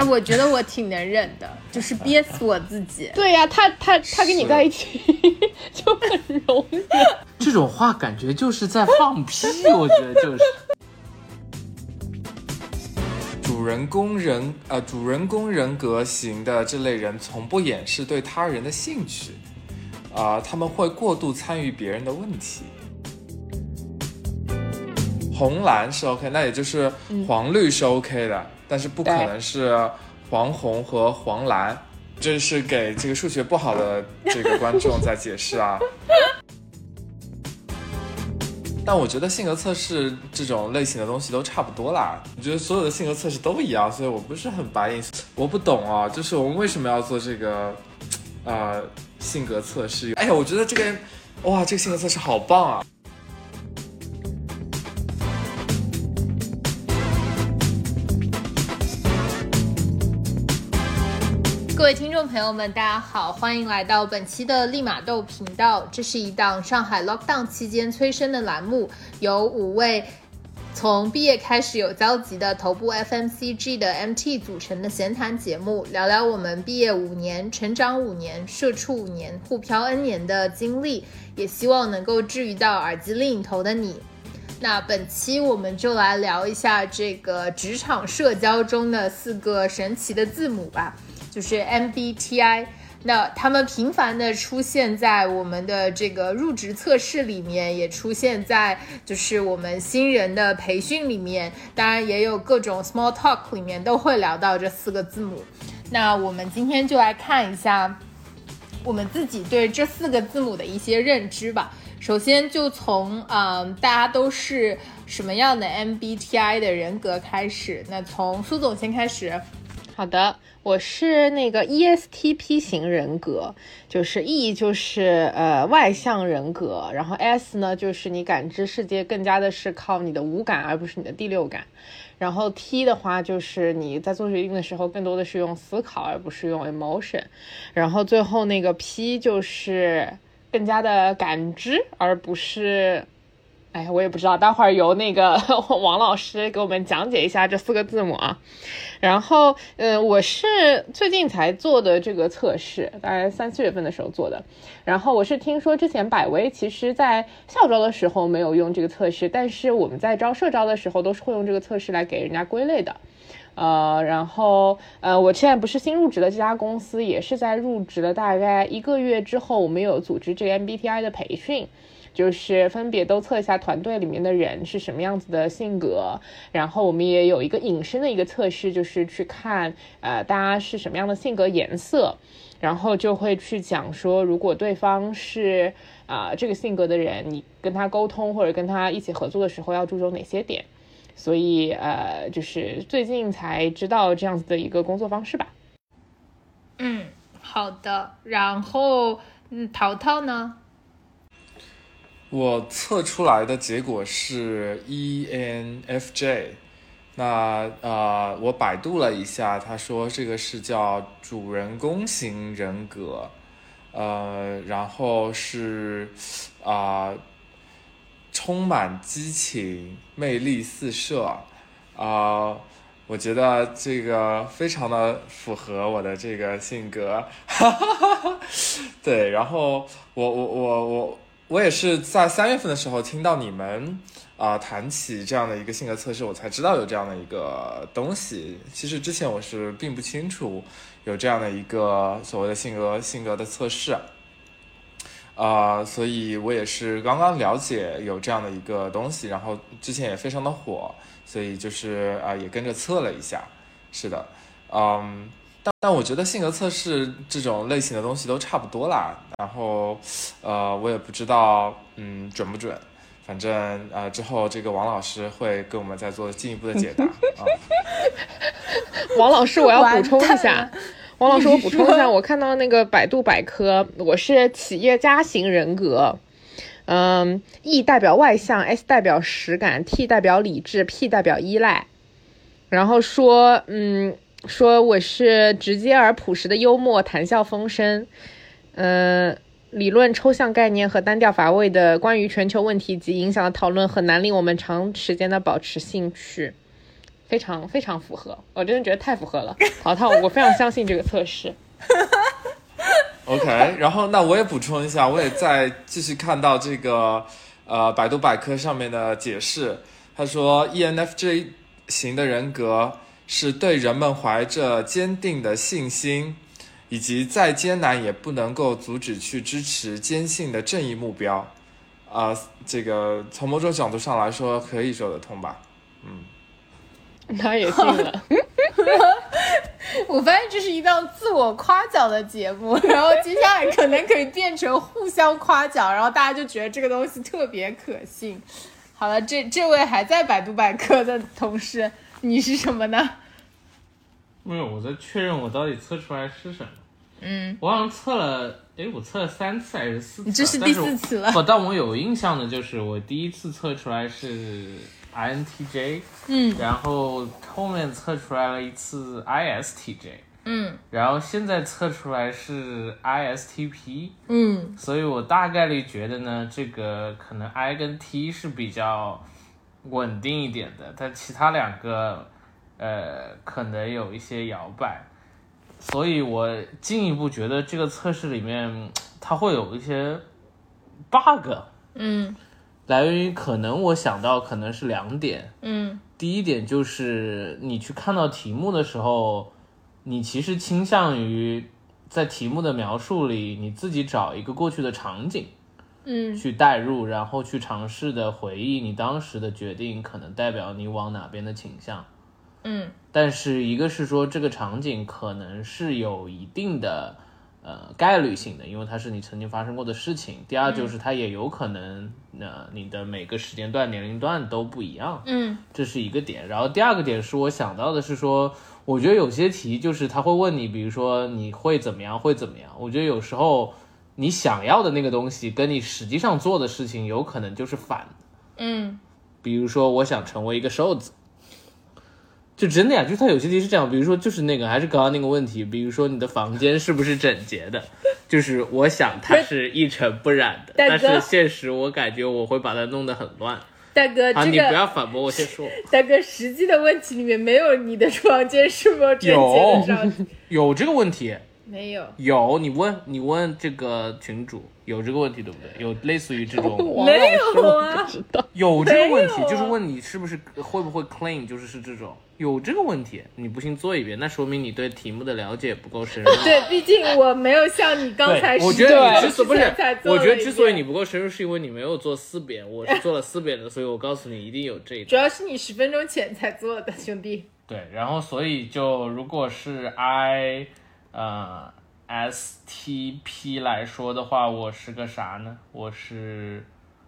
我觉得我挺能忍的，就是憋死我自己。 对呀，他跟你在一起就很容易。 这种话感觉就是在放屁，我觉得就是。主人公人格型的这类人从不掩饰对他人的兴趣，他们会过度参与别人的问题。红蓝是 OK， 那也就是黄绿是 OK 的，但是不可能是黄红和黄蓝。这是给这个数学不好的这个观众在解释啊。但我觉得性格测试这种类型的东西都差不多啦，我觉得所有的性格测试都一样，所以我不是很白印。我不懂啊，就是我们为什么要做这个性格测试？哎呀，我觉得这个性格测试好棒啊！ 各位听众朋友们大家好，欢迎来到本期的利玛窦频道。这是一档上海 lockdown 期间催生的栏目，由5位从毕业开始有交集的头部 FMCG 的 MT 组成的闲谈节目，聊聊我们毕业5年、成长5年、社畜5年、互漂 N 年的经历，也希望能够治愈到耳机另一头的你。那本期我们就来聊一下这个职场社交中的4个神奇的字母吧，就是 MBTI。 那他们频繁的出现在我们的这个入职测试里面，也出现在就是我们新人的培训里面，当然也有各种 small talk 里面都会聊到这4个字母。那我们今天就来看一下我们自己对这4个字母的一些认知吧。首先就从大家都是什么样的 MBTI 的人格开始。那从苏总先开始。 好的，我是那个 ESTP 型人格，就是 E 就是外向人格，然后 S 呢就是你感知世界更加的是靠你的五感而不是你的第六感，然后 T 的话就是你在做决定的时候更多的是用思考而不是用 emotion， 然后最后那个 P 就是更加的感知而不是我也不知道，待会儿由那个王老师给我们讲解一下这4个字母啊。然后我是最近才做的这个测试，大概3、4月份的时候做的。然后我是听说之前百威其实在校招的时候没有用这个测试，但是我们在招社招的时候都是会用这个测试来给人家归类的。然后我现在不是新入职的这家公司，也是在入职了大概1个月之后，我们有组织这个 MBTI 的培训，就是分别都测一下团队里面的人是什么样子的性格，然后我们也有一个引申的一个测试，就是去看大家是什么样的性格颜色，然后就会去讲说如果对方是这个性格的人，你跟他沟通或者跟他一起合作的时候要注重哪些点。所以就是最近才知道这样子的一个工作方式吧。 好的。然后淘淘呢？ 我测出来的结果是 ENFJ。 那我百度了一下，他说这个是叫主人公型人格，然后是充满激情，魅力四射，我觉得这个非常的符合我的这个性格。对，然后我也是在3月份的时候听到你们谈起这样的一个性格测试，我才知道有这样的一个东西。其实之前我是并不清楚有这样的一个所谓的性格的测试。所以我也是刚刚了解有这样的一个东西，然后之前也非常的火，所以就是也跟着测了一下。是的，但我觉得性格测试这种类型的东西都差不多啦，然后我也不知道准不准，反正之后这个王老师会跟我们再做进一步的解答。 王老师我要补充一下，王老师，我补充一下，我看到那个百度百科，我是企业家型人格，E 代表外向， S 代表实感， T 代表理智， P 代表依赖。然后说我是直接而朴实的幽默，谈笑风生，理论抽象概念和单调乏味的关于全球问题及影响的讨论很难令我们长时间的保持兴趣。 非常非常符合，我真的觉得太符合了。淘淘，我非常相信这个测试。 OK， 然后那我也补充一下，我也在继续看到这个百度百科上面的解释，他说 ENFJ 型的人格是对人们怀着坚定的信心，以及再艰难也不能够阻止去支持坚信的正义目标。这个从某种角度上来说可以说得通吧。 他也信了。 我发现这是一档自我夸奖的节目，然后接下来可能可以变成互相夸奖，然后大家就觉得这个东西特别可信。好了，这位还在百度百科的同事，你是什么呢？ 没有，我在确认我到底测出来是什么。我好像测了，我测了3次还是4次？ 你这是第4次了。 但我有印象的就是我第一次测出来是 INTJ，然后后面测出来了一次 ISTJ，然后现在测出来是 ISTP，所以我大概率觉得呢，这个可能 I 跟 T 是比较稳定一点的，但其他2个可能有一些摇摆。所以我进一步觉得这个测试里面它会有一些 bug， 来源于可能我想到可能是2点，第一点就是你去看到题目的时候，你其实倾向于在题目的描述里你自己找一个过去的场景，去代入，然后去尝试的回忆你当时的决定可能代表你往哪边的倾向。但是一个是说这个场景可能是有一定的概率性的，因为它是你曾经发生过的事情。第二就是它也有可能你的每个时间段年龄段都不一样，这是一个点。然后第二个点是我想到的是说，我觉得有些题就是他会问你，比如说你会怎么样会怎么样，我觉得有时候你想要的那个东西跟你实际上做的事情有可能就是反的。比如说我想成为一个瘦子，就真的呀，就是它有些题是这样，比如说就是那个还是刚刚那个问题，比如说你的房间是不是整洁的，就是我想它是一尘不染的，但是现实我感觉我会把它弄得很乱。 大哥， 好，你不要反驳我，先说。 大哥，实际的问题里面没有你的房间是否整洁的上去。 有这个问题？ 没有。 有，你问这个群主有这个问题对不对？有类似于这种没有啊？ 有这个问题，就是问你是不是会不会 clean， 就是这种有这个问题，你不信做一遍，那说明你对题目的了解不够深入。 对，毕竟我没有像你刚才我觉得你不是，我觉得之所以你不不够深入，是因为你没有做4遍，我是做了4遍的，所以我告诉你一定有这一主要是你10分钟前才做的，兄弟。 对，然后所以就如果是STP 来说的话，我是个啥呢？我是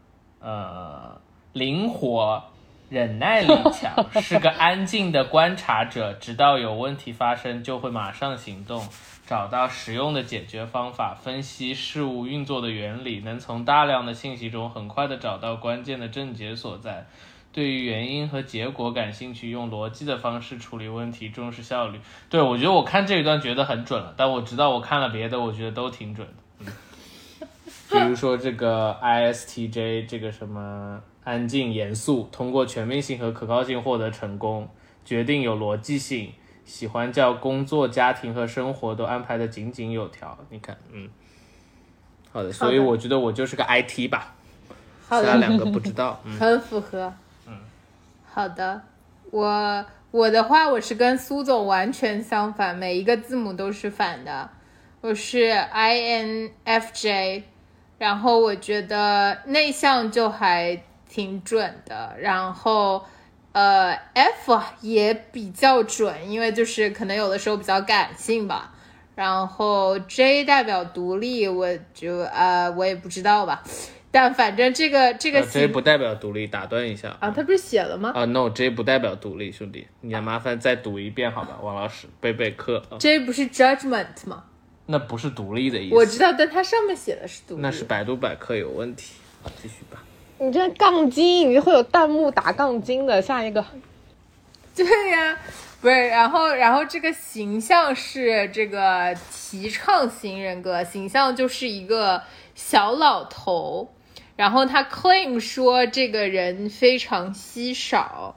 灵活、忍耐力强，是个安静的观察者，直到有问题发生就会马上行动，找到实用的解决方法，分析事物运作的原理，能从大量的信息中很快的找到关键的症结所在。对于原因和结果感兴趣，用逻辑的方式处理问题，重视效率。对，我觉得我看这一段觉得很准了，但我知道我看了别的，我觉得都挺准的。比如说这个 ISTJ 这个什么安静严肃，通过全面性和可靠性获得成功，决定有逻辑性，喜欢叫工作、家庭和生活都安排的井井有条。你看，好的，所以我觉得我就是个 IT 吧，其他2个不知道。 很符合。好的，我的话，我是跟苏总完全相反，每一个字母都是反的。我是 INFJ， 然后我觉得内向就还挺准的，然后F 也比较准，因为就是可能有的时候比较感性吧。然后 J 代表独立，我也不知道吧。但反正这个 J 不代表独立，打断一下啊，他不是写了吗 ？No， J 不代表独立，兄弟，你麻烦再读一遍好吧，王老师备课。 J 不是 judgment 吗？ 那不是独立的意思。 我知道，但它上面写的是独立。 那是百度百科有问题。好，继续吧。 你这杠精，你会有弹幕打杠精的。下一个。 对呀，不是，然后这个形象是这个提倡型人格，形象就是一个小老头。然后他 claim 说这个人非常稀少，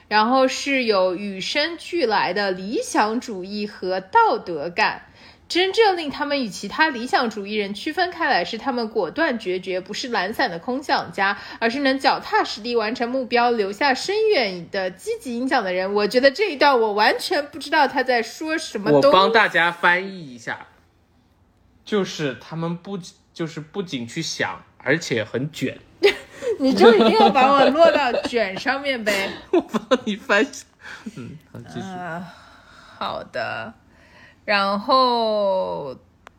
然后是有与生俱来的理想主义和道德感。真正令他们与其他理想主义人区分开来是他们果断决绝，不是懒散的空想家，而是能脚踏实地完成目标，留下深远的积极影响的人。我觉得这一段我完全不知道他在说什么东西。 我帮大家翻译一下，就是他们不仅去想，而且很卷。 你就一定要把我落到卷上面呗。 我帮你翻译。好，继续。 好的。然后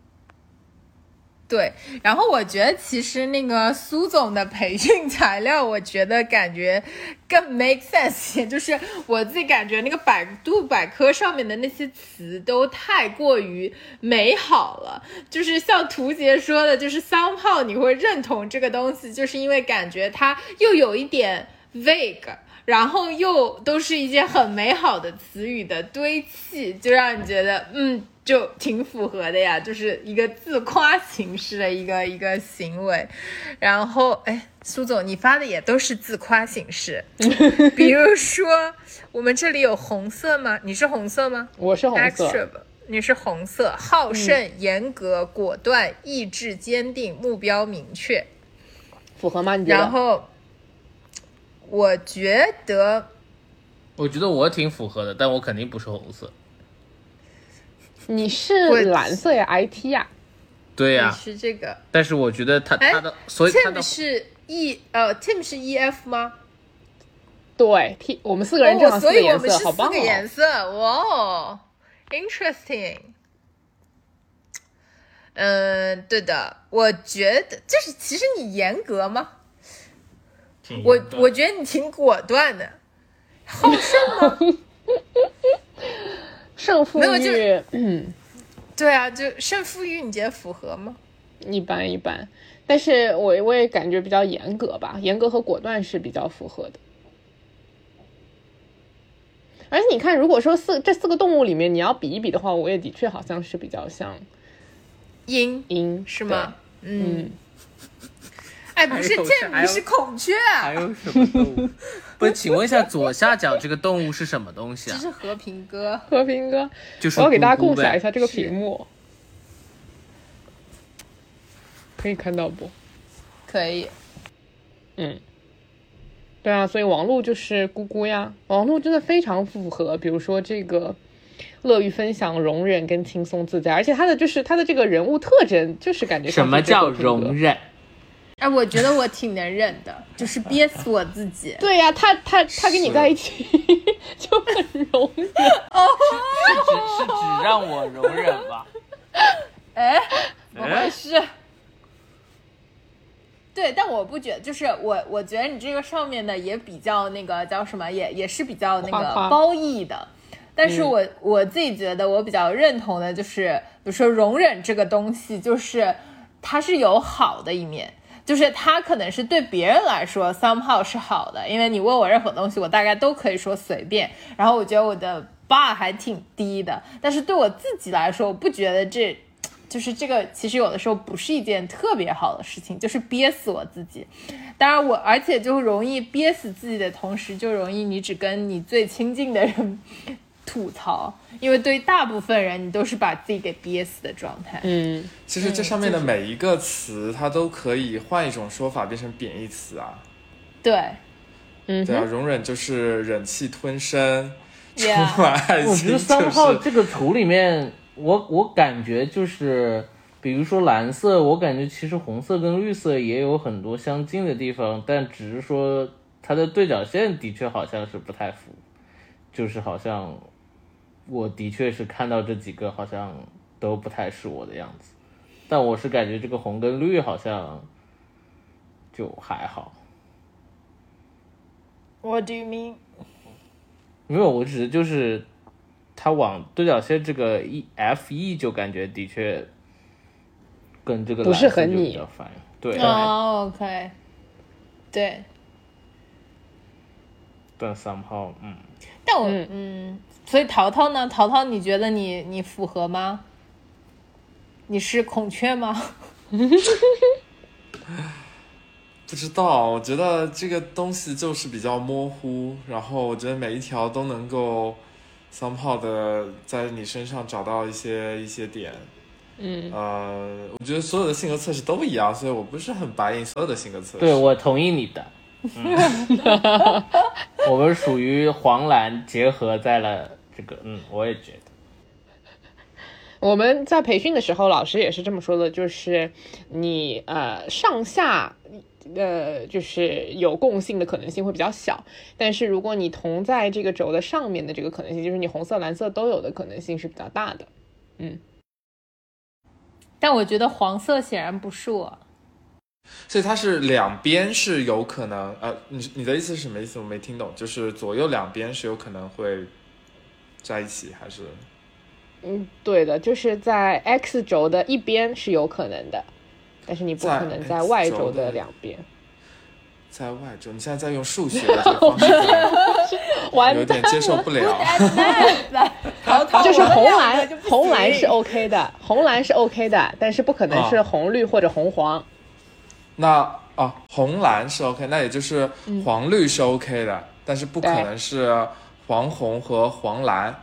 我觉得其实那个苏总的培训材料，我觉得感觉更 make sense， 也就是我自己感觉那个百度百科上面的那些词都太过于美好了，就是像图杰说的，就是somehow你会认同这个东西，就是因为感觉它又有一点 vague，然后又都是一些很美好的词语的堆砌，就让你觉得就挺符合的呀，就是一个自夸形式的一个行为。然后苏总你发的也都是自夸形式比如说我们这里有红色吗？你是红色吗？ 我是红色。 Extra， 你是红色，好胜、严格、果断、意志坚定、目标明确， 符合吗？你觉得？ 然后我觉得我挺符合的，但我肯定不是红色。 你是蓝色呀 ，IT 呀。 对呀。 你是这个。 但是我觉得他的，所以他的 Tim 是Tim 是 EF 吗？ 对 ，T 我们4个人正好4个颜色， 所以我们是好棒 4个颜色，哇 ，interesting。对的，我觉得就是其实你严格吗？我觉得你挺果断的，好胜吗？ 胜负欲， 对啊，就胜负欲，你觉得符合吗？ 一般一般，但是我也感觉比较严格吧，严格和果断是比较符合的。而且你看，如果说这4个动物里面你要比一比的话，我也的确好像是比较像鹰是吗？不是，这是孔雀啊！ 还有什么动物？不是，请问一下，左下角这个动物是什么东西啊？ 这是和平鸽。 和平鸽， 就是我要给大家共享一下这个屏幕，可以看到不？ 可以。 对啊，所以王璐就是咕咕呀，王璐真的非常符合，比如说这个乐于分享、容忍跟轻松自在，而且他的这个人物特征就是感觉什么叫容忍？ 我觉得我挺能忍的，就是憋死我自己。 对呀，他跟你在一起就很容忍。 是只让我容忍吧？ 怎么回事？对，但我不觉得，就是我觉得你这个上面的也比较那个叫什么，也是比较那个褒义的。但是我自己觉得我比较认同的就是，比如说容忍这个东西，就是它是有好的一面。就是它可能是对别人来说 somehow 是好的，因为你问我任何东西我大概都可以说随便，然后我觉得我的 bar 还挺低的，但是对我自己来说我不觉得就是这个其实有的时候不是一件特别好的事情，就是憋死我自己。当然而且就容易憋死自己的同时，就容易你只跟你最亲近的人吐槽，因为对于大部分人你都是把自己给憋死的状态。 其实这上面的每一个词它都可以换一种说法变成贬义词啊。 对， 对啊，容忍就是忍气吞声，充满爱心。 我觉得3号这个图里面，我感觉就是，比如说蓝色，我感觉其实红色跟绿色也有很多相近的地方，但只是说它的对角线的确好像是不太符，就是好像我的确是看到这几个好像都不太是我的样子，但我是感觉这个红跟绿好像就还好。 What do you mean？ 没有，我只是就是它往对角线这个 F1就感觉的确跟这个不是很你反应。对。 OK。对。 但somehow 但我所以淘淘呢？淘淘，你觉得你符合吗？你是孔雀吗？ 不知道，我觉得这个东西就是比较模糊，然后我觉得每一条都能够 somehow 的在你身上找到一些点。我觉得所有的性格测试都一样，所以我不是很buy in所有的性格测试。 对，我同意你的。我们属于黄蓝结合在了这个，我也觉得。 我们在培训的时候，老师也是这么说的，就是你上下就是有共性的可能性会比较小，但是如果你同在这个轴的上面的这个可能性，就是你红色蓝色都有的可能性是比较大的。 但我觉得黄色显然不是我， 所以它是两边是有可能你的意思是什么意思？我没听懂，就是左右两边是有可能会在一起还是？ 对的，就是在 X 轴的一边是有可能的，但是你不可能在 Y 轴的两边。 在 Y 轴，你现在在用数学的这个方式，有点接受不了。 就是红蓝是 OK 的，红蓝是 OK 的，但是不可能是红绿或者红黄。 那红蓝是 OK， 那也就是黄绿是 OK 的，但是不可能是黄红和黄蓝。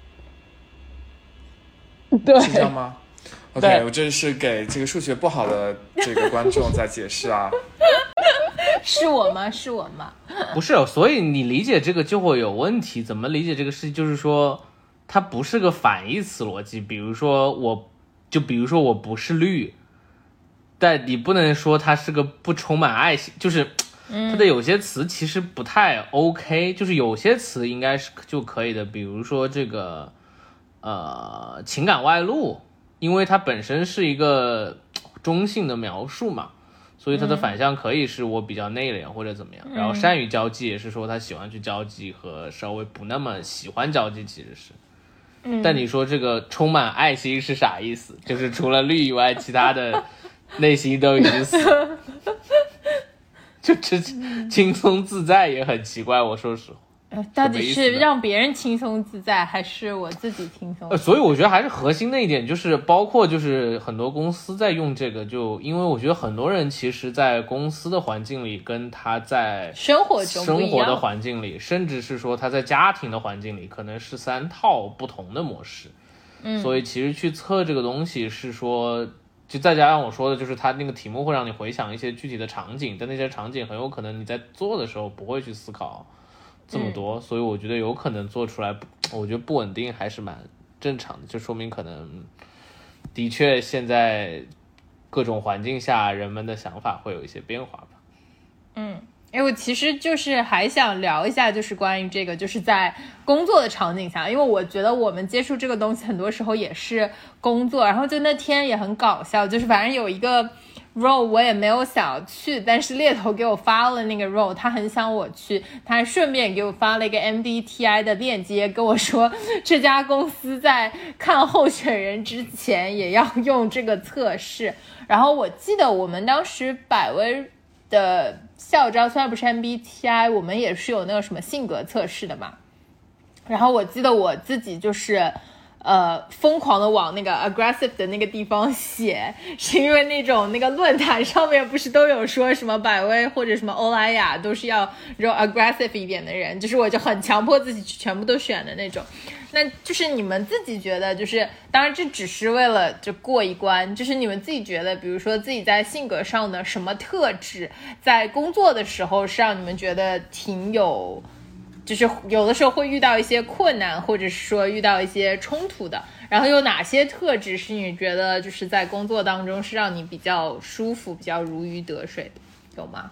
对， 是这样吗 ？OK， 我这是给这个数学不好的这个观众在解释啊。 是我吗？是我吗？ 不是，所以你理解这个就会有问题。怎么理解这个事？就是说，它不是个反义词逻辑。比如说我不是绿，但你不能说它是个不充满爱心，就是它的有些词其实不太 OK，就是有些词应该是就可以的。比如说这个情感外露，因为它本身是一个中性的描述嘛。所以它的反向可以是我比较内敛或者怎么样，然后善于交际也是说他喜欢去交际和稍微不那么喜欢交际其实是，但你说这个充满爱心是啥意思？就是除了绿以外，其他的内心都已经死了，就这轻松自在也很奇怪，我说实话。 到底是让别人轻松自在，还是我自己轻松？ 所以我觉得还是核心的一点，就是包括就是很多公司在用这个，就因为我觉得很多人其实，在公司的环境里，跟他在生活的环境里，甚至是说他在家庭的环境里，可能是3套不同的模式。所以其实去测这个东西是说，就再加上我说的，就是他那个题目会让你回想一些具体的场景，但那些场景很有可能你在做的时候不会去思考这么多，所以我觉得有可能做出来，我觉得不稳定还是蛮正常的，就说明可能的确现在各种环境下人们的想法会有一些变化吧。 我其实就是还想聊一下，就是关于这个，就是在工作的场景下，因为我觉得我们接触这个东西很多时候也是工作，然后就那天也很搞笑，就是反正有一个role 我也没有想要去，但是猎头给我发了那个 role， 他很想我去，他还顺便给我发了一个 MBTI 的链接，跟我说这家公司在看候选人之前也要用这个测试。然后我记得我们当时百威的校招虽然不是 MBTI， 我们也是有那个什么性格测试的嘛。然后我记得我自己就是疯狂的往那个 aggressive 的那个地方写，是因为那个论坛上面不是都有说什么百威或者什么欧莱雅都是要这种 aggressive 一点的人，就是我就很强迫自己去全部都选的那种。那就是你们自己觉得，就是当然这只是为了就过一关，就是你们自己觉得比如说自己在性格上的什么特质在工作的时候是让你们觉得挺有，就是有的时候会遇到一些困难，或者是说遇到一些冲突的，然后有哪些特质是你觉得就是在工作当中是让你比较舒服比较如鱼得水的，有吗？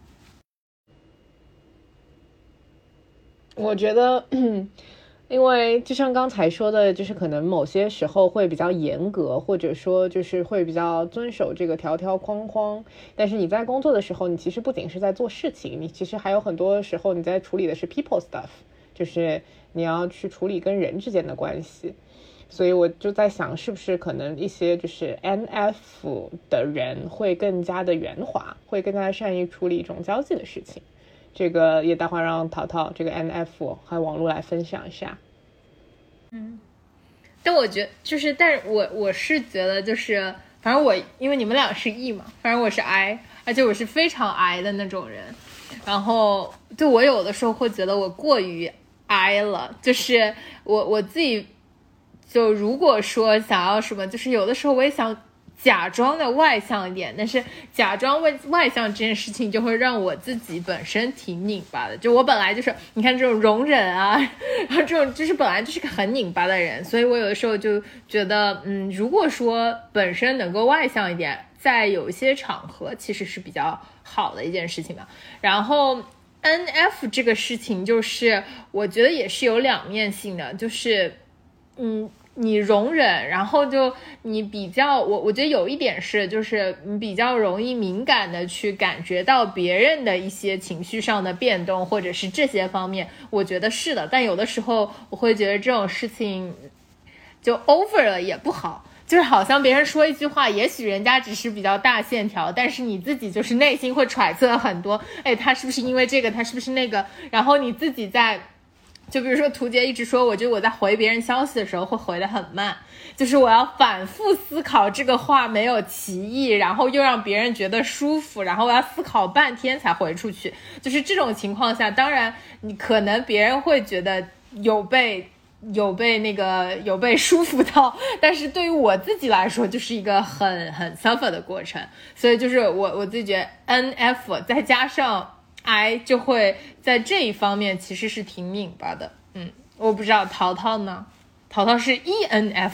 我觉得因为就像刚才说的，就是可能某些时候会比较严格，或者说就是会比较遵守这个条条框框，但是你在工作的时候，你其实不仅是在做事情，你其实还有很多时候你在处理的是 people stuff， 就是你要去处理跟人之间的关系。所以我就在想，是不是可能一些就是 NF 的人会更加的圆滑，会更加善于处理一种交际的事情。这个也待会让淘淘这个 NF 还有网络来分享一下。 但我觉得就是，但是我是觉得就是反正我因为你们俩是 E 嘛，反正我是 I， 而且我是非常 I 的那种人。然后就我有的时候会觉得我过于 I 了，就是我自己就如果说想要什么，就是有的时候我也想假装的外向一点，但是假装外向这件事情就会让我自己本身挺拧巴的。就我本来就是你看这种容忍啊，然后这种就是本来就是个很拧巴的人，所以我有的时候就觉得如果说本身能够外向一点，在有一些场合其实是比较好的一件事情嘛。然后 NF 这个事情就是我觉得也是有两面性的，就是你容忍，然后就你比较我觉得有一点是就是你比较容易敏感的去感觉到别人的一些情绪上的变动，或者是这些方面我觉得是的。但有的时候我会觉得这种事情就 over 了也不好，就是好像别人说一句话，也许人家只是比较大线条，但是你自己就是内心会揣测很多，他是不是因为这个，他是不是那个，然后你自己在就比如说图杰一直说我觉得我在回别人消息的时候会回得很慢，就是我要反复思考这个话没有歧义，然后又让别人觉得舒服，然后我要思考半天才回出去。就是这种情况下，当然你可能别人会觉得有被舒服到，但是对于我自己来说就是一个很 suffer 的过程。所以就是我自己觉得 NF 再加上I 就会在这一方面其实是挺拧巴的。我不知道淘淘呢，淘淘是 ENF。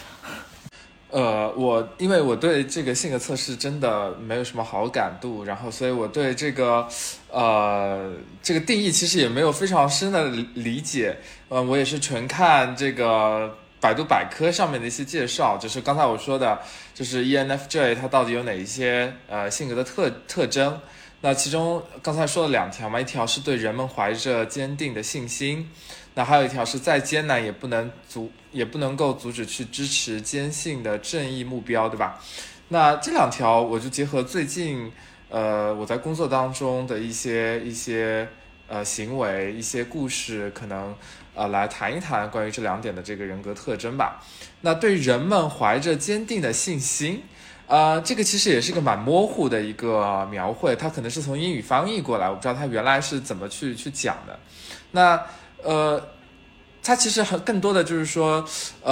因为我对这个性格测试真的没有什么好感度，然后所以我对这个定义其实也没有非常深的理解。我也是纯看这个百度百科上面的一些介绍，就是刚才我说的，就是 ENFJ 它到底有哪一些性格的特征。那其中刚才说了两条嘛，一条是对人们怀着坚定的信心，那还有一条是再艰难也不能够阻止去支持坚信的正义目标，对吧？那这两条我就结合最近我在工作当中的一些行为、一些故事，可能来谈一谈关于这两点的这个人格特征吧。那对人们怀着坚定的信心。这个其实也是个蛮模糊的一个描绘，它可能是从英语翻译过来，我不知道它原来是怎么去讲的。那它其实更多的就是说，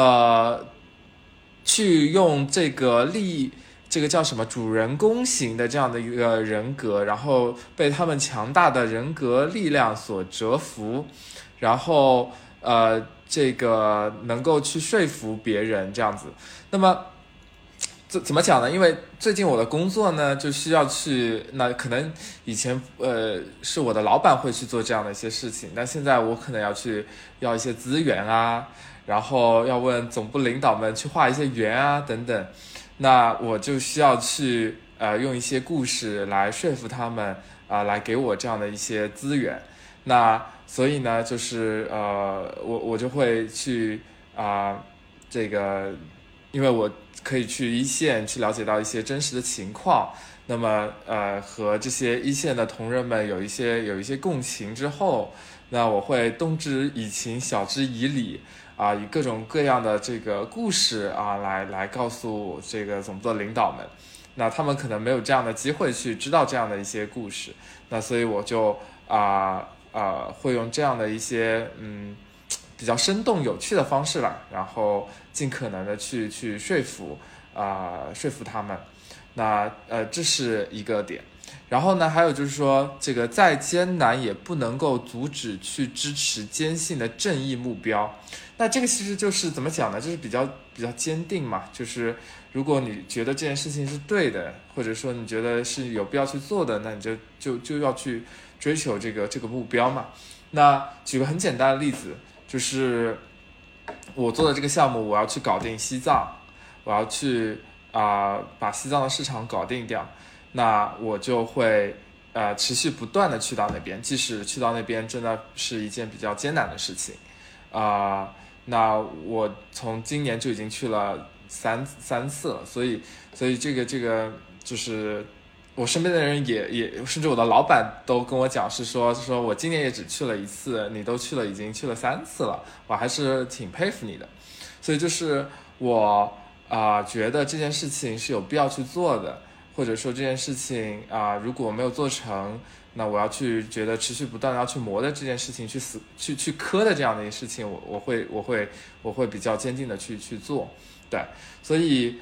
去用这个这个叫什么主人公型的这样的一个人格，然后被他们强大的人格力量所折服，然后这个能够去说服别人这样子。那么怎么讲呢？因为最近我的工作呢，就需要去，那可能以前是我的老板会去做这样的一些事情，但现在我可能要一些资源啊，然后要问总部领导们去画一些圆啊等等，那我就需要去用一些故事来说服他们来给我这样的一些资源。那所以呢，就是我就会去这个，因为我可以去一线去了解到一些真实的情况，那么和这些一线的同仁们有一些共情之后，那我会动之以情，晓之以理以各种各样的这个故事来告诉这个总部的领导们，那他们可能没有这样的机会去知道这样的一些故事，那所以我就会用这样的一些比较生动有趣的方式吧，然后尽可能的去说服他们。那这是一个点。然后呢，还有就是说，这个再艰难也不能够阻止去支持坚信的正义目标。那这个其实就是怎么讲呢？就是比较坚定嘛。就是如果你觉得这件事情是对的，或者说你觉得是有必要去做的，那你就要去追求这个目标嘛。那举个很简单的例子。就是我做的这个项目，我要去搞定西藏，我要去把西藏的市场搞定掉，那我就会持续不断的去到那边，即使去到那边真的是一件比较艰难的事情那我从今年就已经去了三次了，所以这个就是我身边的人也甚至我的老板都跟我讲，是说我今年也只去了1次，你都已经去了3次了，我还是挺佩服你的。所以就是我觉得这件事情是有必要去做的，或者说这件事情如果没有做成，那我要去觉得持续不断的要去磨的这件事情，去磕的这样的一个事情，我会比较坚定的去做。对，所以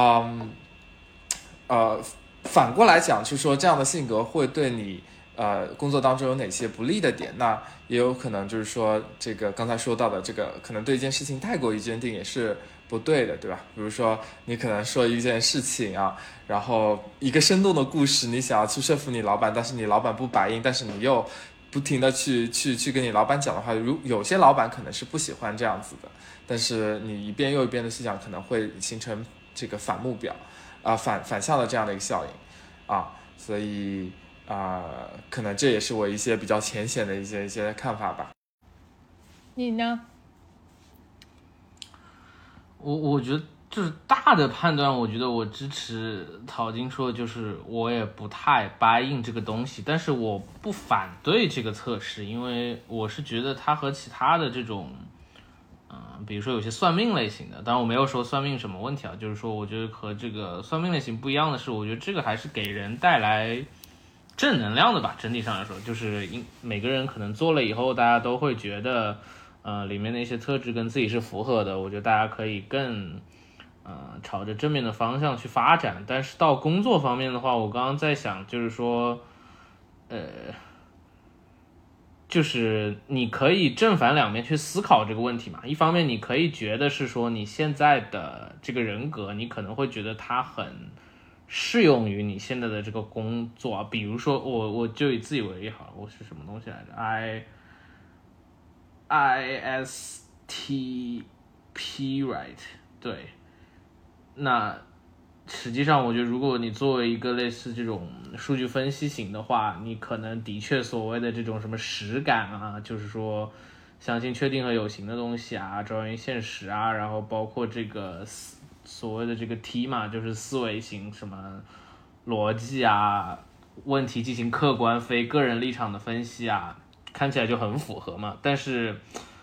反过来讲，就是说这样的性格会对你工作当中有哪些不利的点，那也有可能就是说这个刚才说到的这个可能对一件事情太过于坚定也是不对的，对吧？比如说你可能说一件事情然后一个生动的故事，你想要去说服你老板，但是你老板不白应，但是你又不停的去跟你老板讲的话，有些老板可能是不喜欢这样子的，但是你一遍又一遍的去讲，可能会形成这个反目标反向的这样的一个效应所以可能这也是我一些比较浅显的一些看法吧。 你呢？ 我觉得就是大的判断，我觉得我支持陶晶说的，就是我也不太buy in这个东西，但是我不反对这个测试，因为我是觉得它和其他的这种比如说有些算命类型的，当然我没有说算命什么问题就是说我觉得和这个算命类型不一样的是，我觉得这个还是给人带来正能量的吧。整体上来说，就是每个人可能做了以后，大家都会觉得里面的一些特质跟自己是符合的，我觉得大家可以更朝着正面的方向去发展。但是到工作方面的话，我刚刚在想，就是说就是你可以正反两面去思考这个问题嘛。一方面你可以觉得是说你现在的这个人格，你可能会觉得它很适用于你现在的这个工作比如说我就以自己为例好了，我是什么东西来着？ISTP right， 对。那实际上我觉得如果你作为一个类似这种数据分析型的话，你可能的确所谓的这种什么实感就是说相信确定和有形的东西着眼于现实然后包括这个所谓的这个 T 嘛，就是思维型，什么逻辑问题进行客观非个人立场的分析看起来就很符合嘛。但是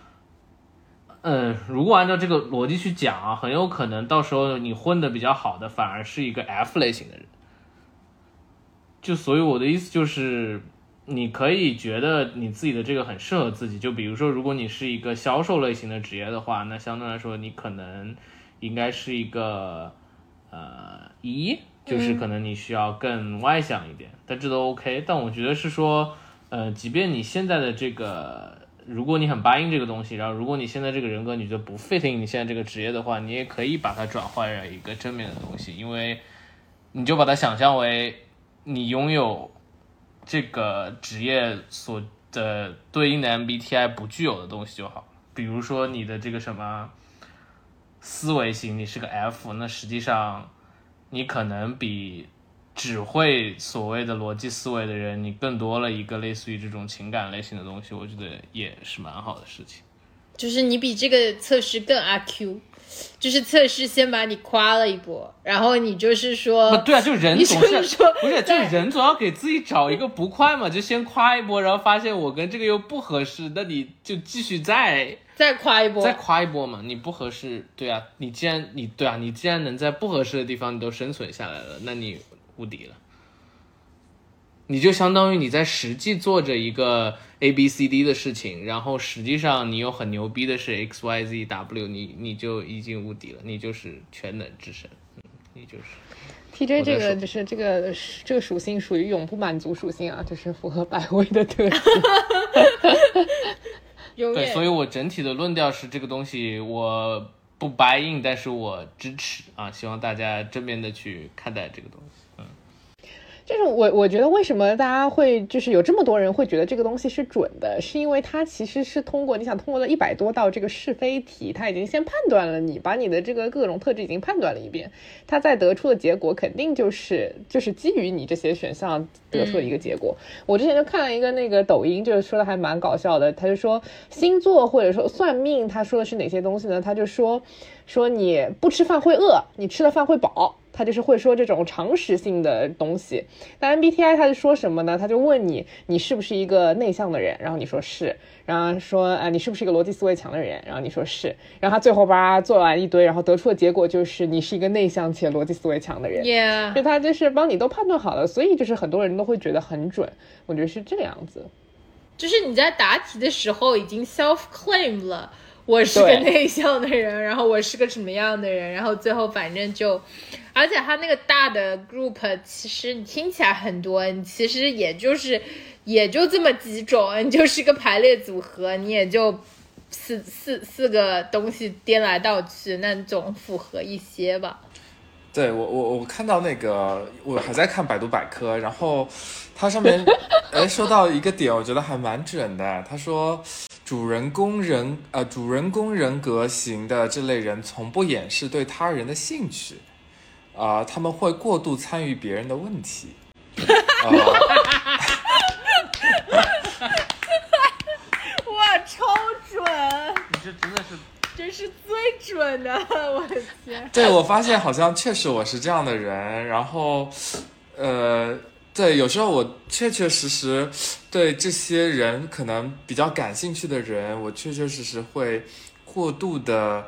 如果按照这个逻辑去讲很有可能到时候你混得比较好的反而是一个 F 类型的人。就所以我的意思就是你可以觉得你自己的这个很适合自己，就比如说如果你是一个销售类型的职业的话，那相对来说你可能应该是一个E，就是可能你需要更外向一点，但这都 OK。但我觉得是说即便你现在的这个，如果你很buy in这个东西，然后如果你现在这个人格你觉得不 fit in 你现在这个职业的话，你也可以把它转换成一个正面的东西，因为你就把它想象为你拥有这个职业所的对应的 MBTI 不具有的东西就好。比如说你的这个什么思维型你是个 F， 那实际上你可能比只会所谓的逻辑思维的人你更多了一个类似于这种情感类型的东西，我觉得也是蛮好的事情。 就是你比这个测试更阿 Q， 就是测试先把你夸了一波，然后你就是说对就人总是不是就人总要给自己找一个不快嘛，就先夸一波，然后发现我跟这个又不合适，那你就继续再夸一波嘛。你不合适，你既然能在不合适的地方你都生存下来了，那你无敌了。你就相当于你在实际做着一个 ABCD 的事情，然后实际上你有很牛逼的是 XYZW， 你就已经无敌了，你就是全能之神。你就是 TJ 这个就是这个属性属于永不满足属性就是符合百味的特质。 对，所以我整体的论调是这个东西我不 buy in， 但是我支持希望大家正面的去看待这个东西。 就是我觉得为什么大家会就是有这么多人会觉得这个东西是准的，是因为它其实是通过了100多道这个是非题，它已经先判断了你，把你的这个各种特质已经判断了一遍，它再得出的结果肯定就是基于你这些选项得出的一个结果。我之前就看了一个那个抖音，就是说的还蛮搞笑的，他就说星座或者说算命，他说的是哪些东西呢？他就说你不吃饭会饿，你吃了饭会饱。 他就是会说这种常识性的东西。但 MBTI 他是说什么呢？他就问你是不是一个内向的人，然后你说是，然后说你是不是一个逻辑思维强的人，然后你说是，然后他最后做完一堆，然后得出的结果就是你是一个内向且逻辑思维强的人。 Yeah， 就他就是帮你都判断好了，所以就是很多人都会觉得很准，我觉得是这个样子。 就是你在答题的时候已经 self claim 了，我是个内向的人，然后我是个什么样的人，然后最后反正就，而且他那个大的 group 其实你听起来很多，你其实也就这么几种，你就是一个排列组合，你也就四个东西颠来倒去，那总符合一些吧。 对，我看到那个，我还在看百度百科，然后它上面说到一个点，我觉得还蛮准的。他说，主人公人格型的这类人从不掩饰对他人的兴趣，他们会过度参与别人的问题。 哇，超准！ 你这真的是。 这是最准的，我的天！ 对，我发现好像确实我是这样的人，然后，对，有时候我确实对这些人可能比较感兴趣的人，我确实会过度的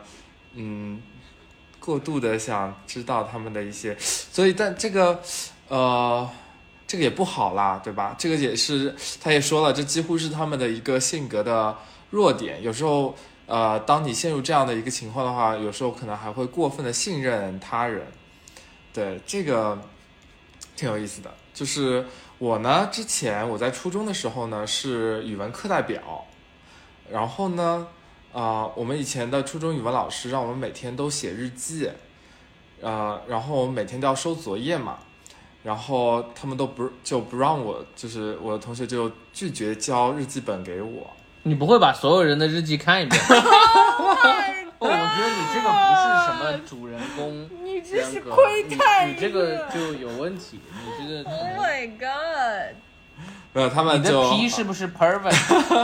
想知道他们的一些，所以但这个也不好啦，对吧？这个也是，他也说了，这几乎是他们的一个性格的弱点，有时候。当你陷入这样的一个情况的话，有时候可能还会过分的信任他人。对，这个挺有意思的。就是我呢，之前我在初中的时候呢是语文课代表，然后呢，我们以前的初中语文老师让我们每天都写日记，然后我们每天都要收作业嘛，然后他们都不让我，就是我的同学就拒绝交日记本给我。 你不会把所有人的日记看一遍？我觉得你这个不是什么主人公， 你这是窥探， 你这个就有问题。你这个 ，Oh my god！ 没有，他们就你的 P 是不是 pervert？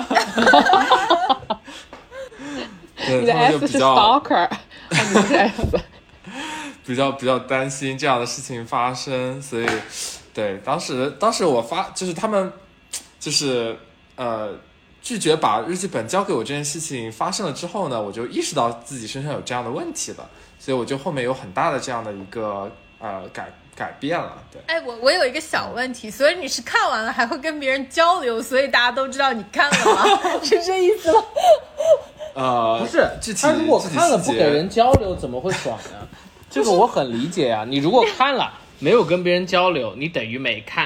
对， 你的 S 是 stalker， 你的 S 比较担心这样的事情发生，所以对当时我就是他们就是拒绝把日记本交给我这件事情发生了之后呢，我就意识到自己身上有这样的问题了，所以我就后面有很大的这样的一个改变了。对， 哎，我有一个小问题，所以你是看完了还会跟别人交流，所以大家都知道你看了吗？是这意思吗？ 不是，他如果看了不给人交流，怎么会爽呢？这个我很理解啊。你如果看了没有跟别人交流，你等于没看。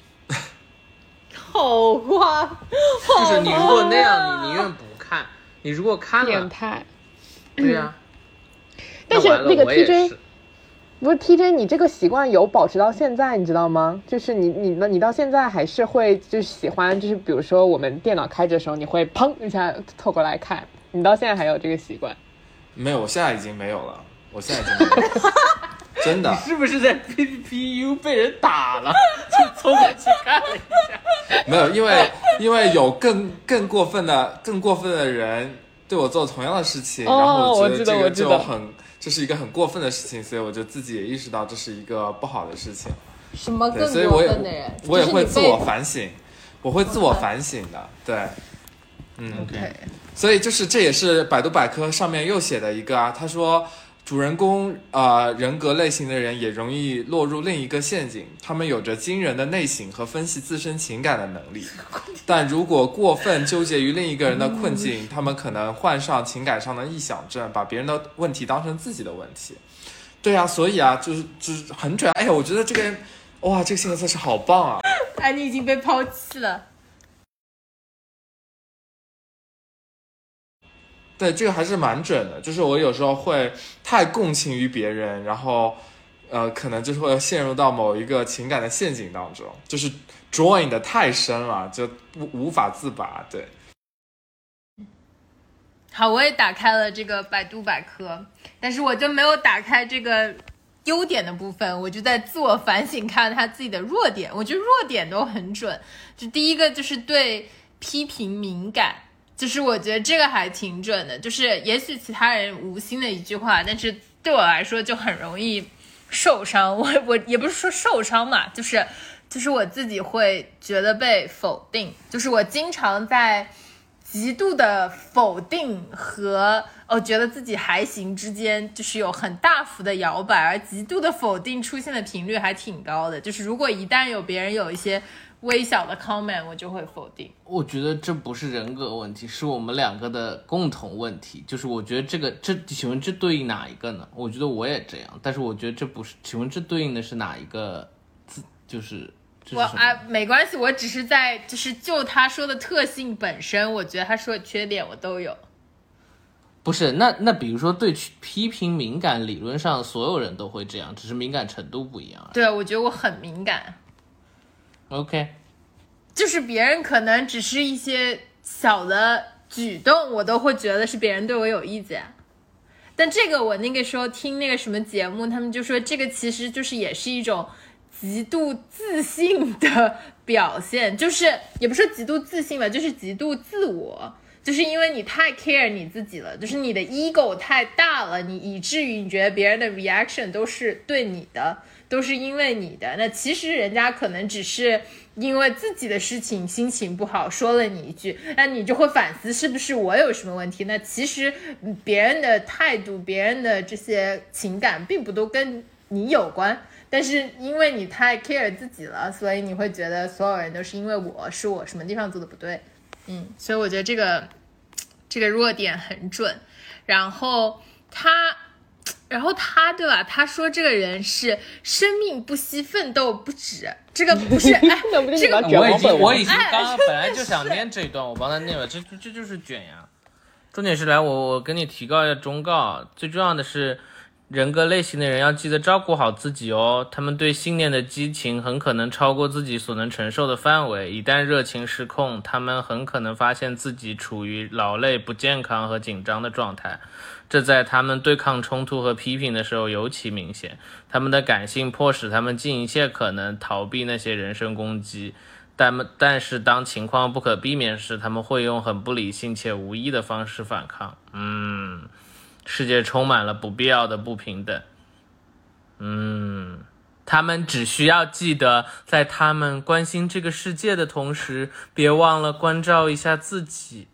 好夸， 就是你如果那样，你宁愿不看。你如果看了， 变态。 对呀。 但是那个 TJ， 不是 TJ， 你这个习惯有保持到现在，你知道吗？就是你到现在还是会就是喜欢，就是比如说我们电脑开着的时候，你会砰一下凑过来看，你到现在还有这个习惯？ 没有，我现在已经没有了。我现在已经没有了。真的？ 你是不是在 PPU 被人打了，就凑过去看了一下？ 没有，因为有更过分的人对我做同样的事情，然后我觉得这个就这是一个很过分的事情，所以我就自己也意识到这是一个不好的事情。 什么更过分的人？ 我也会自我反省，我会自我反省的。对 ，OK。 所以就是这也是百度百科上面又写的一个啊，他说。主人公人格类型的人也容易落入另一个陷阱，他们有着惊人的内省和分析自身情感的能力，但如果过分纠结于另一个人的困境，他们可能患上情感上的臆想症，把别人的问题当成自己的问题。对啊，所以啊，就是很准。哎呀，我觉得这个哇，这个性格测试好棒啊！ 哎，你已经被抛弃了。 对，这个还是蛮准的，就是我有时候会太共情于别人，然后可能就是会陷入到某一个情感的陷阱当中，就是 join 的太深了，就无法自拔。对， 好，我也打开了这个百度百科，但是我就没有打开这个优点的部分，我就在自我反省看他自己的弱点，我觉得弱点都很准。就第一个就是对批评敏感，就是我觉得这个还挺准的，就是也许其他人无心的一句话，但是对我来说就很容易受伤，我也不是说受伤嘛，就是我自己会觉得被否定，就是我经常在极度的否定和觉得自己还行之间，就是有很大幅的摇摆，而极度的否定出现的频率还挺高的。就是如果一旦有别人有一些微小的 comment， 我就会否定。 我觉得这不是人格问题，是我们两个的共同问题。就是我觉得请问这对应哪一个呢？我觉得我也这样，但是我觉得这不是，请问这对应的是哪一个字？就是没关系，我只是在就他说的特性本身，我觉得他说的缺点我都有。 不是，那比如说对批评敏感，理论上所有人都会这样，只是敏感程度不一样。 对，我觉得我很敏感。 OK， 就是别人可能只是一些小的举动，我都会觉得是别人对我有意见。但这个我那个时候听那个什么节目，他们就说这个其实就是也是一种极度自信的表现，就是也不是极度自信吧，就是极度自我，就是因为你太 care 你自己了，就是你的 ego 太大了，你以至于你觉得别人的 reaction 都是对你的，都是因为你的。那其实人家可能只是因为自己的事情心情不好说了你一句，那你就会反思是不是我有什么问题。那其实别人的态度，别人的这些情感并不都跟你有关，但是因为你太 care 自己了，所以你会觉得所有人都是因为我什么地方做的不对。所以我觉得这个弱点很准。然后他对吧，他说这个人是生命不息奋斗不止，这个不是这个我已经刚刚本来就想念这一段，我帮他念了，这就是卷呀。重点是来我跟你提告一下忠告，最重要的是人格类型的人要记得照顾好自己哦，他们对信念的激情很可能超过自己所能承受的范围，一旦热情失控，他们很可能发现自己处于劳累、不健康和紧张的状态，这在他们对抗冲突和批评的时候尤其明显。他们的感性迫使他们尽一切可能逃避那些人身攻击，但是当情况不可避免时，他们会用很不理性且无意的方式反抗。世界充满了不必要的不平等。他们只需要记得，在他们关心这个世界的同时，别忘了关照一下自己。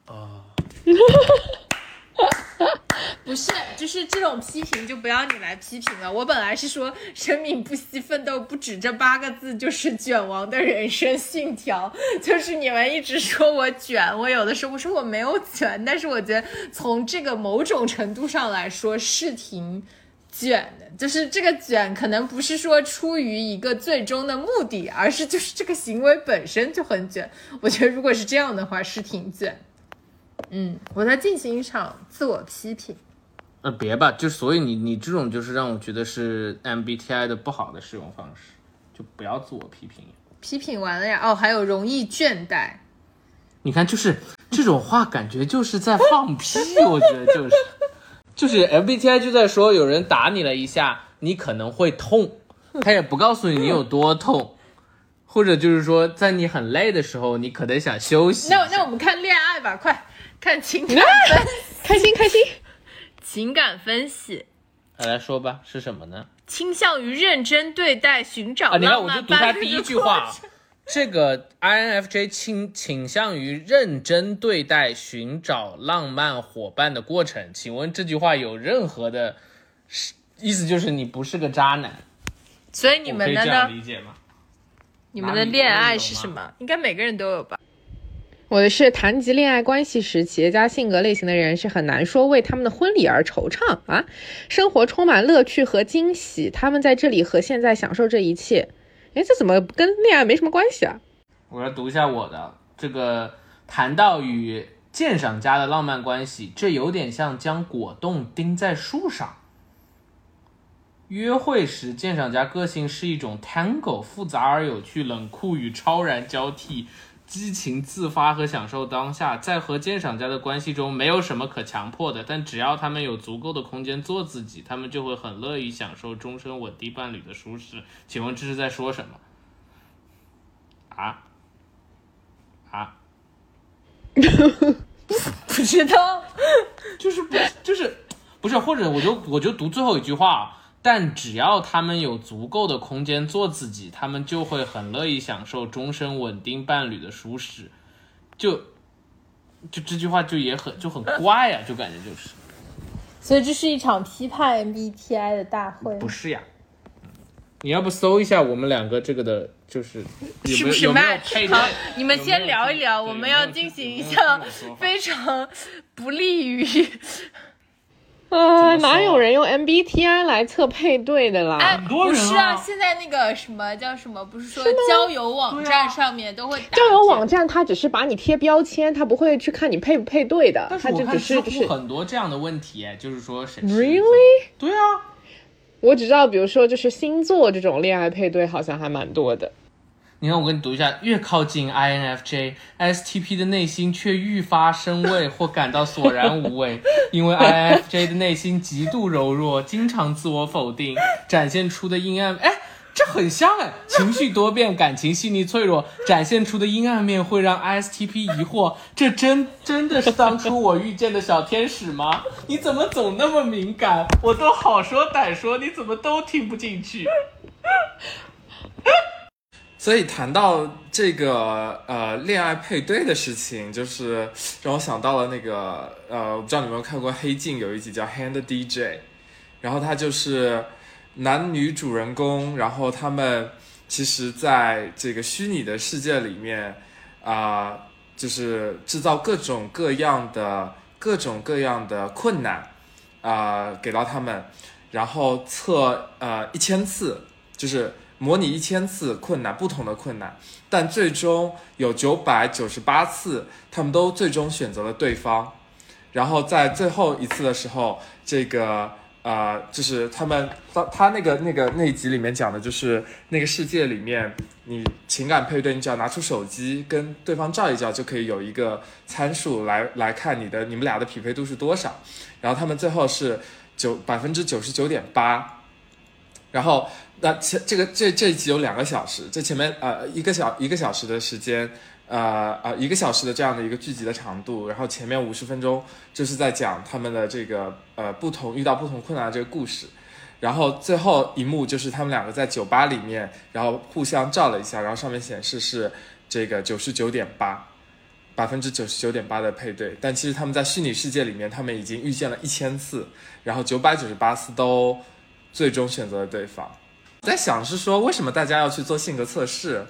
不是，就是这种批评就不要你来批评了。我本来是说生命不息奋斗不止这8个字就是卷王的人生信条，就是你们一直说我卷，我有的时候我说我没有卷，但是我觉得从这个某种程度上来说是挺卷的，就是这个卷可能不是说出于一个最终的目的，而是就是这个行为本身就很卷。我觉得如果是这样的话是挺卷。我在进行一场自我批评。 别吧，就所以你这种就是让我觉得是 MBTI 的不好的使用方式，就不要自我批评。 批评完了呀，还有容易倦怠。 你看，就是这种话感觉就是在放屁，我觉得就是 MBTI 就在说有人打你了一下，你可能会痛，他也不告诉你有多痛，或者就是说在你很累的时候，你可能想休息。 那我们看恋爱吧，快看情感分析。 开心。 情感分析， 来说吧，是什么呢？ 倾向于认真对待，寻找浪漫你看，我就读他第一句话，这个 INFJ 倾向于认真对待，寻找浪漫伙伴的过程。请问这句话有任何的意思？就是你不是个渣男？ 所以你们的呢？ 我可以这样理解吗？ 你们的恋爱是什么？应该每个人都有吧。 我的是谈及恋爱关系时，企业家性格类型的人是很难说为他们的婚礼而惆怅啊，生活充满乐趣和惊喜，他们在这里和现在享受这一切。这怎么跟恋爱没什么关系啊？ 我要读一下我的这个，谈到与鉴赏家的浪漫关系，这有点像将果冻钉在树上。约会时，鉴赏家个性是一种 tango， 复杂而有趣，冷酷与超然交替，激情自发和享受当下。在和鉴赏家的关系中没有什么可强迫的，但只要他们有足够的空间做自己，他们就会很乐意享受终身稳定伴侣的舒适。请问这是在说什么？ 不知道， 就是不是，或者我就读最后一句话， 但只要他们有足够的空间做自己，他们就会很乐意享受终身稳定伴侣的舒适。就这句话就很怪啊，就感觉就是。 所以这是一场批判 MBTI 的大会。 不是呀，你要不搜一下我们两个这个的，就是是不是 match？ 好，你们先聊一聊，我们要进行一项非常不利于。 哪有人用 MBTI 来测配对的啦？ 很多人不是啊，现在那个什么叫什么？不是说交友网站上面都会打。 交友网站它只是把你贴标签，它不会去看你配不配对的。 但是我看知乎很多这样的问题，就是说谁 Really？ 对啊， 我只知道，比如说就是星座这种恋爱配对好像还蛮多的。 你看，我给你读一下：越靠近 INFJ STP 的内心却愈发生畏或感到索然无味，因为 INFJ 的内心极度柔弱，经常自我否定，展现出的阴暗，这很像情绪多变，感情细腻脆弱，展现出的阴暗面会让 ISTP 疑惑，这真的是当初我遇见的小天使吗？你怎么总那么敏感？我都好说歹说，你怎么都听不进去？ 所以谈到这个恋爱配对的事情，就是让我想到了那个我不知道你们有没有看过《黑镜》，有一集叫《Hand DJ》，然后它就是男女主人公，然后他们其实在这个虚拟的世界里面就是制造各种各样的困难给到他们，然后测1000次，就是模拟1000次困难，不同的困难，但最终有998次他们都最终选择了对方，然后在最后一次的时候，这个就是他那一集里面讲的就是那个世界里面，你情感配对，你只要拿出手机跟对方照一照，就可以有一个参数来看你们俩的匹配度是多少，然后他们最后是99.8%，然后这一集有2个小时，这前面一个小时的时间。1个小时的这样的一个剧集的长度，然后前面50分钟就是在讲他们的这个遇到不同困难的这个故事，然后最后一幕就是他们两个在酒吧里面，然后互相照了一下，然后上面显示是这个99.8%的配对，但其实他们在虚拟世界里面，他们已经遇见了1000次，然后998次都最终选择了对方。在想是说，为什么大家要去做性格测试？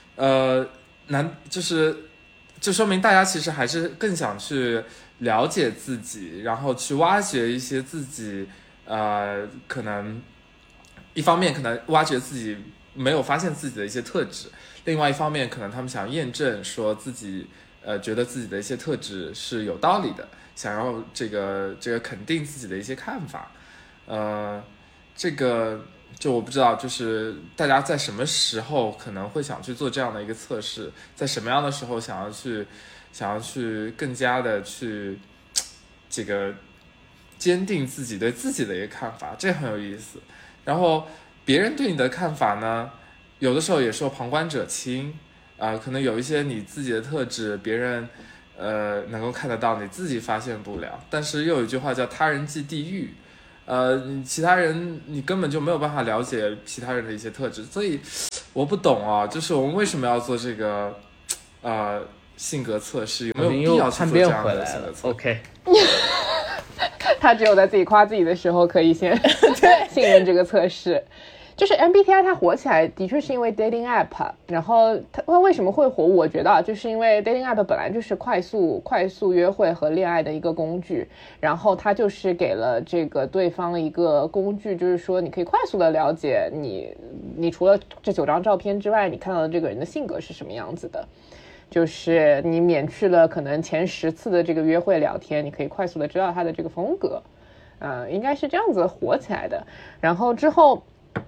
就说明大家其实还是更想去了解自己，然后去挖掘一些自己可能一方面可能挖掘自己没有发现自己的一些特质，另外一方面可能他们想验证说自己觉得自己的一些特质是有道理的，想要这个肯定自己的一些看法。这个就我不知道，就是大家在什么时候可能会想去做这样的一个测试，在什么样的时候想要去更加的去这个坚定自己对自己的一个看法，这很有意思。然后别人对你的看法呢，有的时候也受旁观者清，可能有一些你自己的特质，别人能够看得到，你自己发现不了。但是又有一句话叫他人即地狱。其他人你根本就没有办法了解其他人的一些特质，所以我不懂啊，就是我们为什么要做这个性格测试，有没有必要去做这样的性格测试 ？OK， 他只有在自己夸自己的时候可以先信任这个测试。就是 MBTI 它火起来的确是因为 dating app， 然后它为什么会火？我觉得就是因为 dating app 本来就是快速约会和恋爱的一个工具，然后它就是给了这个对方一个工具，就是说你可以快速的了解你除了这9张照片之外，你看到的这个人的性格是什么样子的，就是你免去了可能前10次的这个约会聊天，你可以快速的知道他的这个风格，应该是这样子火起来的。然后之后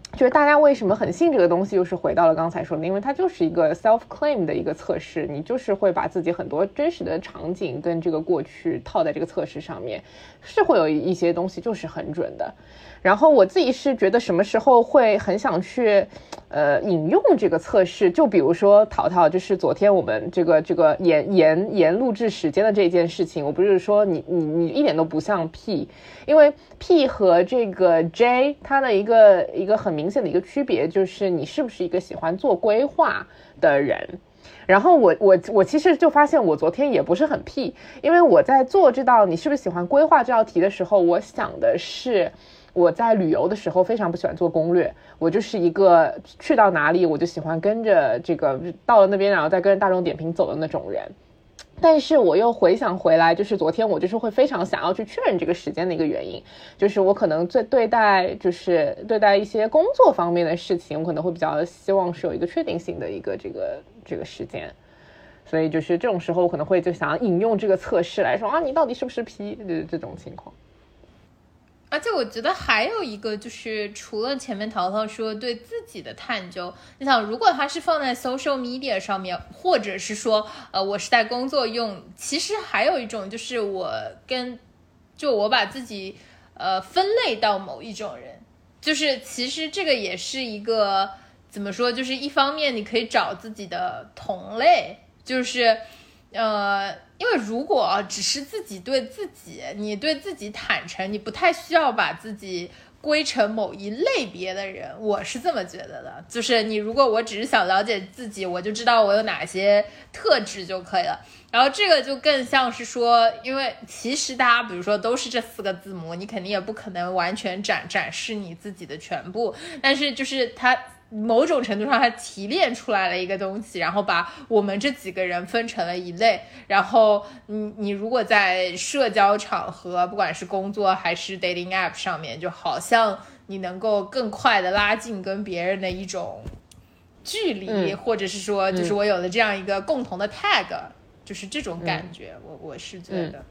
就是大家为什么很信这个东西，又是回到了刚才说的，因为它就是一个 self claim 的一个测试，你就是会把自己很多真实的场景跟这个过去套在这个测试上面，是会有一些东西就是很准的。然后我自己是觉得什么时候会很想去引用这个测试，就比如说淘淘，就是昨天我们这个延录制时间的这件事情，我不是说你一点都不像 P， 因为 P 和这个 J 它的一个很明显的一个区别就是你是不是一个喜欢做规划的人。然后我其实就发现我昨天也不是很 P， 因为我在做这道你是不是喜欢规划这道题的时候，我想的是我在旅游的时候非常不喜欢做攻略，我就是一个去到哪里我就喜欢跟着这个到了那边然后再跟着大众点评走的那种人。但是我又回想回来，就是昨天我就是会非常想要去确认这个时间的一个原因，就是我可能对待一些工作方面的事情，我可能会比较希望是有一个确定性的一个这个时间，所以就是这种时候我可能会就想要引用这个测试来说啊，你到底是不是 P 这种情况。 而且我觉得还有一个就是除了前面淘淘说对自己的探究，你想如果它是放在 social media 上面，或者是说我是在工作用，其实还有一种就是我把自己分类到某一种人，就是其实这个也是一个怎么说，就是一方面你可以找自己的同类，就是因为如果只是自己对自己，你对自己坦诚，你不太需要把自己归成某一类别的人，我是这么觉得的。就是你如果我只是想了解自己，我就知道我有哪些特质就可以了。然后这个就更像是说，因为其实大家比如说都是这4个字母，你肯定也不可能完全展示你自己的全部，但是就是它某种程度上它提炼出来了一个东西，然后把我们这几个人分成了一类。然后你如果在社交场合，不管是工作还是 dating app 上面，就好像你能够更快的拉近跟别人的一种距离，或者是说就是我有了这样一个共同的 tag， 就是这种感觉，我是觉得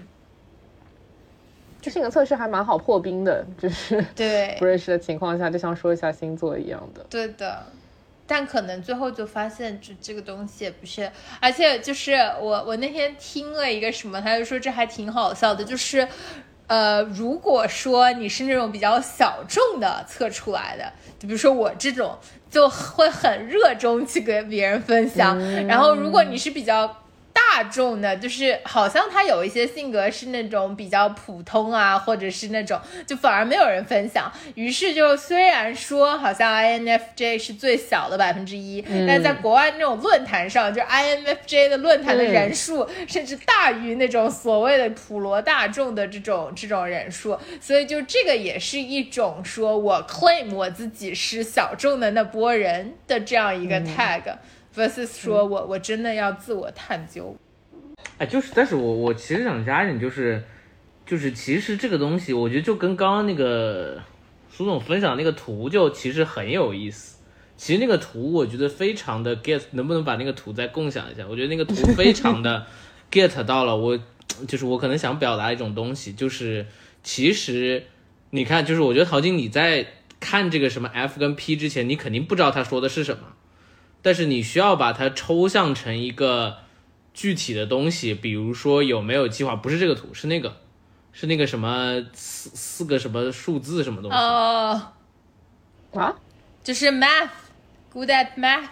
就性格测试还蛮好破冰的，就是对不认识的情况下就像说一下星座一样的。 对的，但可能最后就发现这个东西也不是，而且就是我那天听了一个什么，他就说这还挺好笑的，就是如果说你是那种比较小众的测出来的，就比如说我这种就会很热衷去跟别人分享，然后如果你是比较大众的，就是好像他有一些性格是那种比较普通啊，或者是那种就反而没有人分享，于是就虽然说好像 INFJ 是最小的1%，但在国外那种论坛上，就 INFJ 的论坛的人数甚至大于那种所谓的普罗大众的这种人数，所以就这个也是一种说我 claim 我自己是小众的那波人的这样一个 tag。versus 说我真的要自我探究。 但是我其实想加一点，就是其实这个东西，我觉得就跟刚刚那个苏总分享那个图就其实很有意思。其实那个图我觉得非常的 get， 能不能把那个图再共享一下？我觉得那个图非常的 get 到了我可能想表达一种东西，就是其实你看，就是我觉得陶晶你在看这个什么 F 跟 P 之前，你肯定不知道他说的是什么。但是你需要把它抽象成一个具体的东西，比如说有没有计划，不是这个图，是那个什么四个什么数字什么东西就是 math good at math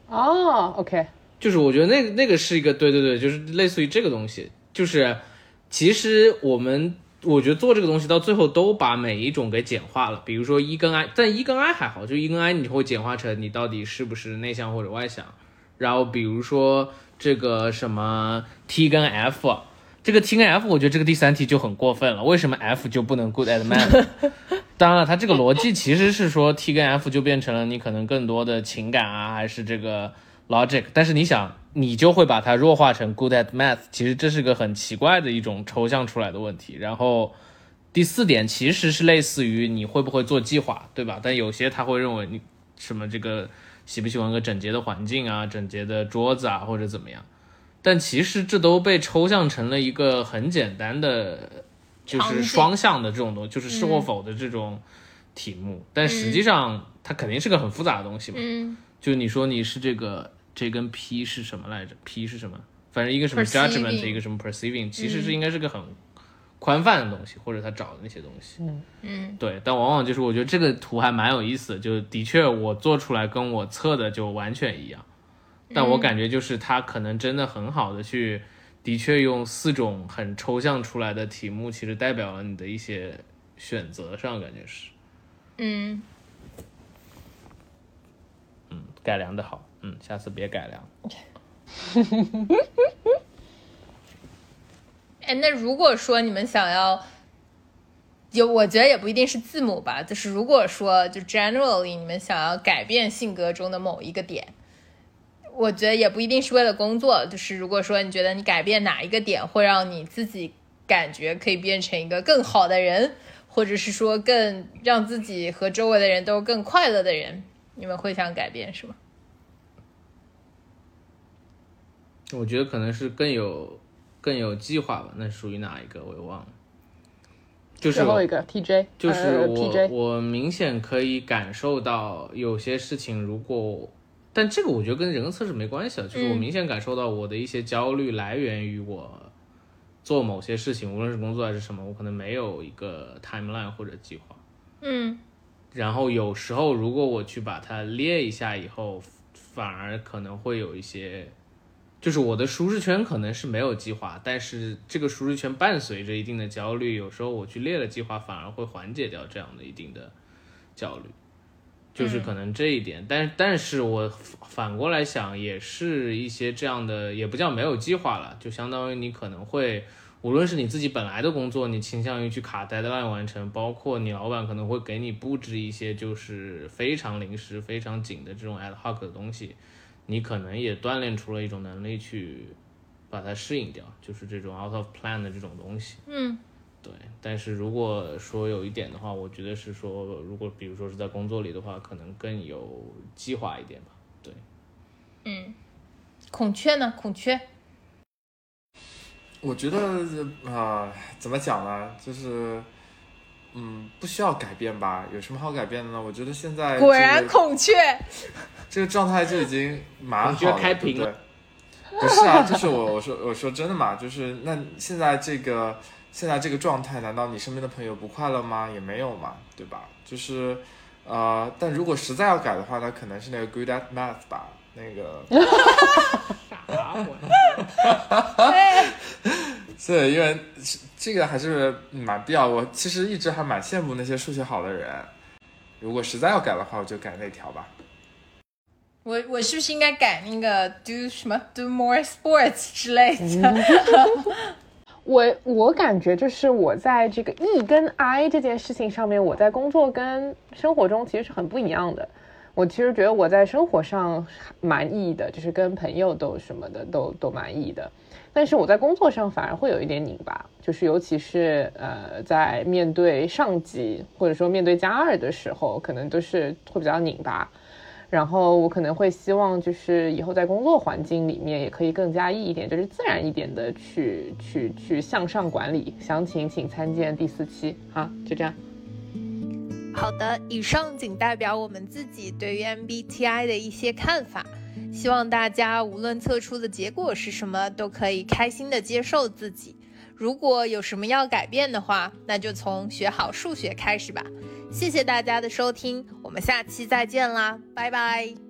OK， 就是我觉得那个是一个对，就是类似于这个东西，就是其实我觉得做这个东西到最后都把每一种给简化了，比如说 E 跟 I， 但 E 跟 I 还好，就 E 跟 I 你会简化成你到底是不是内向或者外向。然后比如说这个什么 T 跟 F， 这个 T 跟 F 我觉得这个第3题就很过分了，为什么 F 就不能 good at math？ 当然了，它这个逻辑其实是说 T 跟 F 就变成了你可能更多的情感啊，还是这个 logic， 但是你想你就会把它弱化成 good at math， 其实这是个很奇怪的一种抽象出来的问题。然后第4点其实是类似于你会不会做计划，对吧？但有些他会认为你什么这个喜不喜欢个整洁的环境啊，整洁的桌子啊，或者怎么样，但其实这都被抽象成了一个很简单的就是双向的这种东西，就是是或否的这种题目，但实际上它肯定是个很复杂的东西嘛。就你说你是这个 J 跟 P 是什么来着 ？P 是什么？反正一个什么 judgment， 一个什么 perceiving， 其实是应该是个很宽泛的东西，或者他找的那些东西。对。但往往就是我觉得这个图还蛮有意思的，就的确我做出来跟我测的就完全一样，但我感觉就是他可能真的很好的去，的确用4种很抽象出来的题目，其实代表了你的一些选择上，感觉是。改良的好，下次别改良。 那如果说你们想要我觉得也不一定是字母吧，就是如果说就 generally 你们想要改变性格中的某一个点，我觉得也不一定是为了工作，就是如果说你觉得你改变哪一个点会让你自己感觉可以变成一个更好的人，或者是说更让自己和周围的人都更快乐的人，你们会想改变是吗？ 我觉得可能是更有计划吧，那属于哪一个我也忘了。就是最后一个 TJ， 就是 PJ， 我明显可以感受到有些事情，但这个我觉得跟人格测试没关系了，就是我明显感受到我的一些焦虑来源于我做某些事情，无论是工作还是什么，我可能没有一个 timeline 或者计划。然后有时候如果我去把它列一下以后，反而可能会有一些。就是我的舒适圈可能是没有计划，但是这个舒适圈伴随着一定的焦虑，有时候我去列了计划反而会缓解掉这样的一定的焦虑，就是可能这一点。但是我反过来想，也是一些这样的，也不叫没有计划了，就相当于你可能会，无论是你自己本来的工作，你倾向于去卡 deadline 完成，包括你老板可能会给你布置一些就是非常临时非常紧的这种 ad hoc 的东西，你可能也锻炼出了一种能力去把它适应掉，就是这种 out of plan 的这种东西。对。但是如果说有一点的话，我觉得是说，如果比如说是在工作里的话，可能更有计划一点吧。对。 孔雀呢？孔雀， 我觉得怎么讲呢？就是不需要改变吧？有什么好改变的呢？我觉得现在果然孔雀这个状态就已经蛮好了， 开屏了， 对不对？不是啊，就是我说真的嘛，就是那现在这个状态，难道你身边的朋友不快乐吗？也没有嘛，对吧？就是但如果实在要改的话，那可能是那个 good at math 吧，那个啥我对，因为这个还是蛮必要。我其实一直还蛮羡慕那些数学好的人，如果实在要改的话，我就改那条吧。 我是不是应该改那个 do more sports 之类的？ 我感觉就是我在这个 E 跟 I 这件事情上面，我在工作跟生活中其实是很不一样的。我其实觉得我在生活上蛮 E 的，就是跟朋友都什么的都蛮 E 的，但是我在工作上反而会有一点拧巴，就是尤其是在面对上级或者说面对加2的时候，可能都是会比较拧巴。然后我可能会希望就是以后在工作环境里面也可以更加一点，就是自然一点的去向上管理。详情请参见第4期。好，就这样。 好的，以上仅代表我们自己对于 MBTI 的一些看法，希望大家无论测出的结果是什么，都可以开心的接受自己。如果有什么要改变的话，那就从学好数学开始吧。谢谢大家的收听，我们下期再见啦，拜拜。